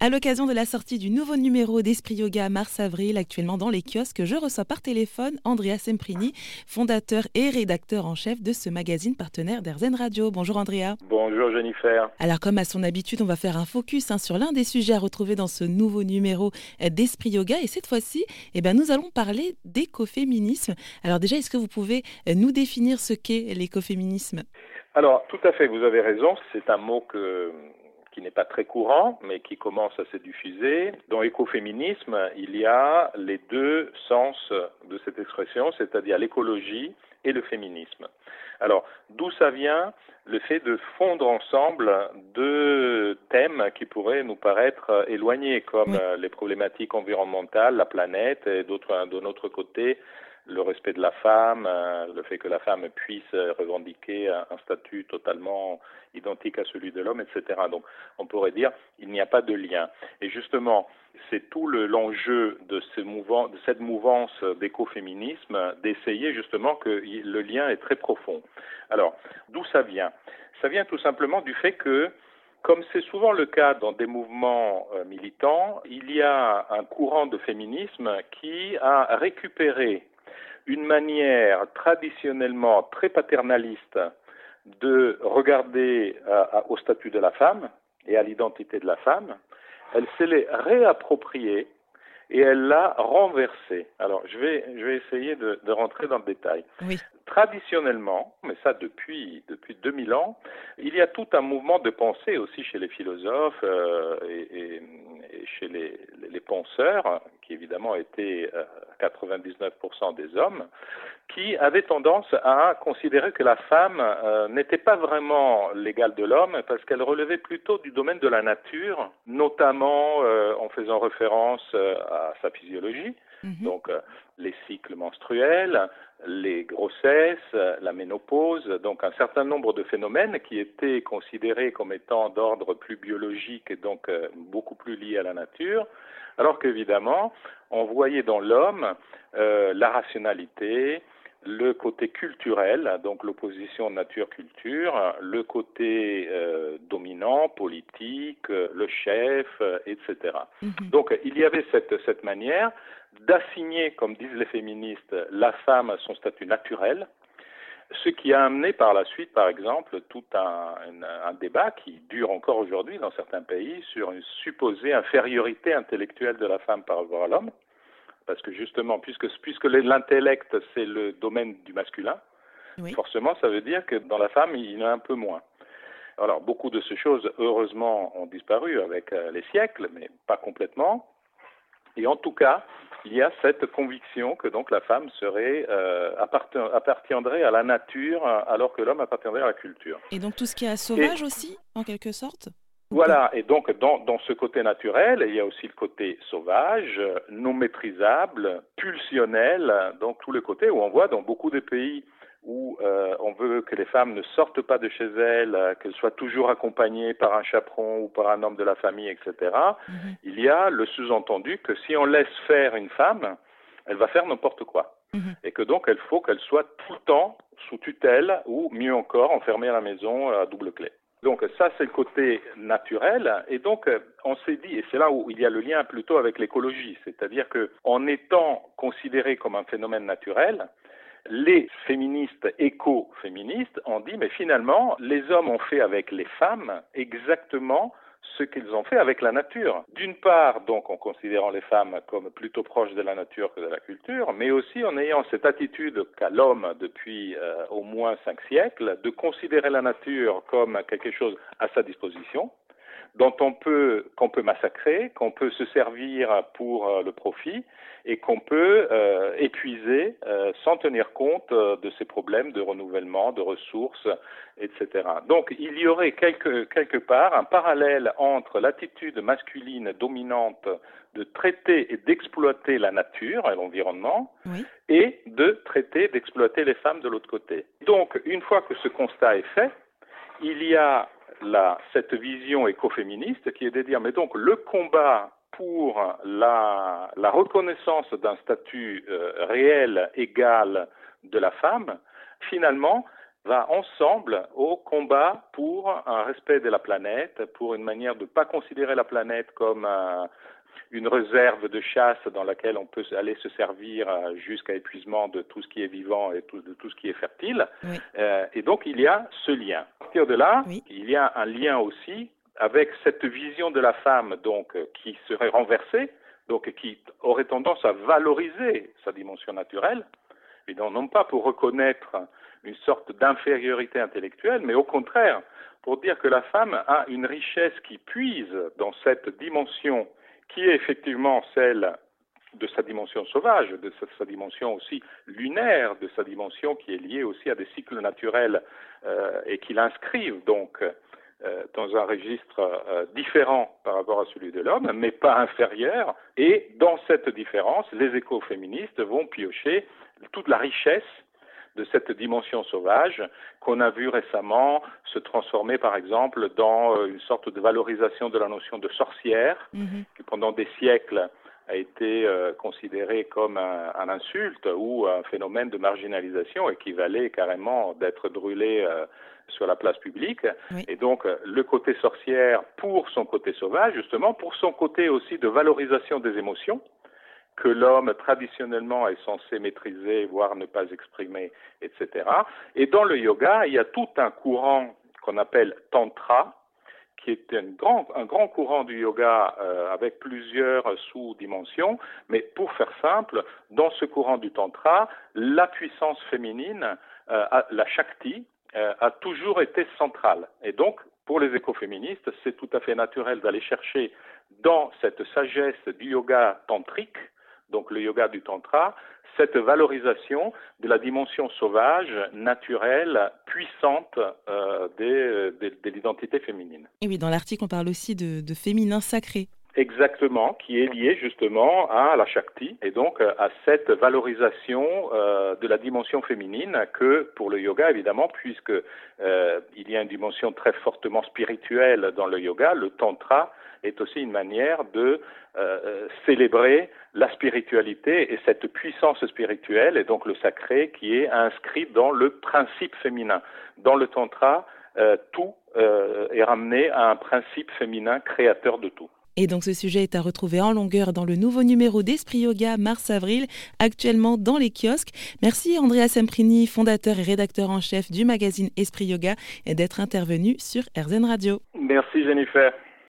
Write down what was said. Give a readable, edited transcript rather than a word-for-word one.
À l'occasion de la sortie du nouveau numéro d'Esprit Yoga mars-avril, actuellement dans les kiosques, je reçois par téléphone Andrea Semprini, fondateur et rédacteur en chef de ce magazine partenaire d'RZN Radio. Bonjour Andrea. Bonjour Jennifer. Alors comme à son habitude, on va faire un focus sur l'un des sujets à retrouver dans ce nouveau numéro d'Esprit Yoga. Et cette fois-ci, nous allons parler d'écoféminisme. Alors déjà, est-ce que vous pouvez nous définir ce qu'est l'écoféminisme ? Alors, tout à fait, vous avez raison. C'est un mot qui n'est pas très courant, mais qui commence à se diffuser. Dans l'écoféminisme, il y a les deux sens de cette expression, c'est-à-dire l'écologie et le féminisme. Alors, d'où ça vient le fait de fondre ensemble deux thèmes qui pourraient nous paraître éloignés, comme les problématiques environnementales, la planète, et de notre côté, le respect de la femme, le fait que la femme puisse revendiquer un statut totalement identique à celui de l'homme, etc. Donc, on pourrait dire il n'y a pas de lien. Et justement, c'est tout l'enjeu de cette mouvance d'écoféminisme, d'essayer justement que le lien est très profond. Alors, d'où ça vient ? Ça vient tout simplement du fait que, comme c'est souvent le cas dans des mouvements militants, il y a un courant de féminisme qui a récupéré une manière traditionnellement très paternaliste de regarder au statut de la femme et à l'identité de la femme. Elle s'est les réappropriée et elle l'a renversée. Alors, je vais essayer de rentrer dans le détail. Oui. Traditionnellement, mais ça depuis 2000 ans, il y a tout un mouvement de pensée aussi chez les philosophes et chez les penseurs, qui évidemment étaient 99% des hommes, qui avaient tendance à considérer que la femme n'était pas vraiment l'égale de l'homme parce qu'elle relevait plutôt du domaine de la nature, notamment en faisant référence à sa physiologie, donc les cycles menstruels, les grossesses, la ménopause, donc un certain nombre de phénomènes qui étaient considérés comme étant d'ordre plus biologique et donc beaucoup plus liés à la nature, alors qu'évidemment, on voyait dans l'homme la rationalité, le côté culturel, donc l'opposition nature-culture, le côté dominant, politique, le chef, etc. Donc il y avait cette manière d'assigner, comme disent les féministes, la femme à son statut naturel, ce qui a amené par la suite, par exemple, tout un débat qui dure encore aujourd'hui dans certains pays sur une supposée infériorité intellectuelle de la femme par rapport à l'homme. Parce que justement, puisque l'intellect, c'est le domaine du masculin, forcément, ça veut dire que dans la femme, il y en a un peu moins. Alors, beaucoup de ces choses, heureusement, ont disparu avec les siècles, mais pas complètement. Et en tout cas, il y a cette conviction que donc la femme appartiendrait à la nature, alors que l'homme appartiendrait à la culture. Et donc tout ce qui est sauvage aussi, en quelque sorte ? Voilà, et donc dans ce côté naturel, il y a aussi le côté sauvage, non maîtrisable, pulsionnel, donc tous les côtés où on voit dans beaucoup de pays où on veut que les femmes ne sortent pas de chez elles, qu'elles soient toujours accompagnées par un chaperon ou par un homme de la famille, etc. Il y a le sous-entendu que si on laisse faire une femme, elle va faire n'importe quoi. Et que donc il faut qu'elle soit tout le temps sous tutelle ou mieux encore enfermée à la maison à double clé. Donc ça, c'est le côté naturel. Et donc, on s'est dit, et c'est là où il y a le lien plutôt avec l'écologie, c'est-à-dire qu'en étant considéré comme un phénomène naturel, les féministes, écoféministes, ont dit, mais finalement, les hommes ont fait avec les femmes exactement ce qu'ils ont fait avec la nature. D'une part, donc, en considérant les femmes comme plutôt proches de la nature que de la culture, mais aussi en ayant cette attitude qu'a l'homme depuis au moins 5 siècles, de considérer la nature comme quelque chose à sa disposition, qu'on peut massacrer, qu'on peut se servir pour le profit et qu'on peut épuiser sans tenir compte de ces problèmes de renouvellement, de ressources, etc. Donc il y aurait quelque part un parallèle entre l'attitude masculine dominante de traiter et d'exploiter la nature et l'environnement et de traiter d'exploiter les femmes de l'autre côté. Donc une fois que ce constat est fait, il y a cette vision écoféministe qui est de dire, mais donc le combat pour la reconnaissance d'un statut réel, égal de la femme, finalement, va ensemble au combat pour un respect de la planète, pour une manière de ne pas considérer la planète comme une réserve de chasse dans laquelle on peut aller se servir jusqu'à épuisement de tout ce qui est vivant et de tout ce qui est fertile. Oui. Et donc, il y a ce lien. À partir de là, oui, il y a un lien aussi avec cette vision de la femme donc, qui serait renversée, donc qui aurait tendance à valoriser sa dimension naturelle, et donc non pas pour reconnaître une sorte d'infériorité intellectuelle, mais au contraire, pour dire que la femme a une richesse qui puise dans cette dimension qui est effectivement celle de sa dimension sauvage, de sa dimension aussi lunaire, de sa dimension qui est liée aussi à des cycles naturels et qui l'inscrivent donc dans un registre différent par rapport à celui de l'homme, mais pas inférieur. Et dans cette différence, les écoféministes vont piocher toute la richesse de cette dimension sauvage qu'on a vu récemment se transformer par exemple dans une sorte de valorisation de la notion de sorcière qui pendant des siècles a été considérée comme un insulte ou un phénomène de marginalisation et qui valait carrément d'être brûlé sur la place publique. Oui. Et donc le côté sorcière pour son côté sauvage, justement pour son côté aussi de valorisation des émotions que l'homme traditionnellement est censé maîtriser, voire ne pas exprimer, etc. Et dans le yoga, il y a tout un courant qu'on appelle tantra, qui est un grand courant du yoga avec plusieurs sous-dimensions. Mais pour faire simple, dans ce courant du tantra, la puissance féminine, la Shakti, a toujours été centrale. Et donc, pour les écoféministes, c'est tout à fait naturel d'aller chercher dans cette sagesse du yoga tantrique, donc le yoga du tantra, cette valorisation de la dimension sauvage, naturelle, puissante de l'identité féminine. Et oui, dans l'article, on parle aussi de féminin sacré. Exactement, qui est lié justement à la Shakti et donc à cette valorisation de la dimension féminine que pour le yoga évidemment, puisque il y a une dimension très fortement spirituelle dans le yoga, le tantra est aussi une manière de célébrer la spiritualité et cette puissance spirituelle et donc le sacré qui est inscrit dans le principe féminin. Dans le tantra, tout est ramené à un principe féminin créateur de tout. Et donc ce sujet est à retrouver en longueur dans le nouveau numéro d'Esprit Yoga mars-avril, actuellement dans les kiosques. Merci Andrea Semprini, fondateur et rédacteur en chef du magazine Esprit Yoga, d'être intervenu sur RZN Radio. Merci Jennifer.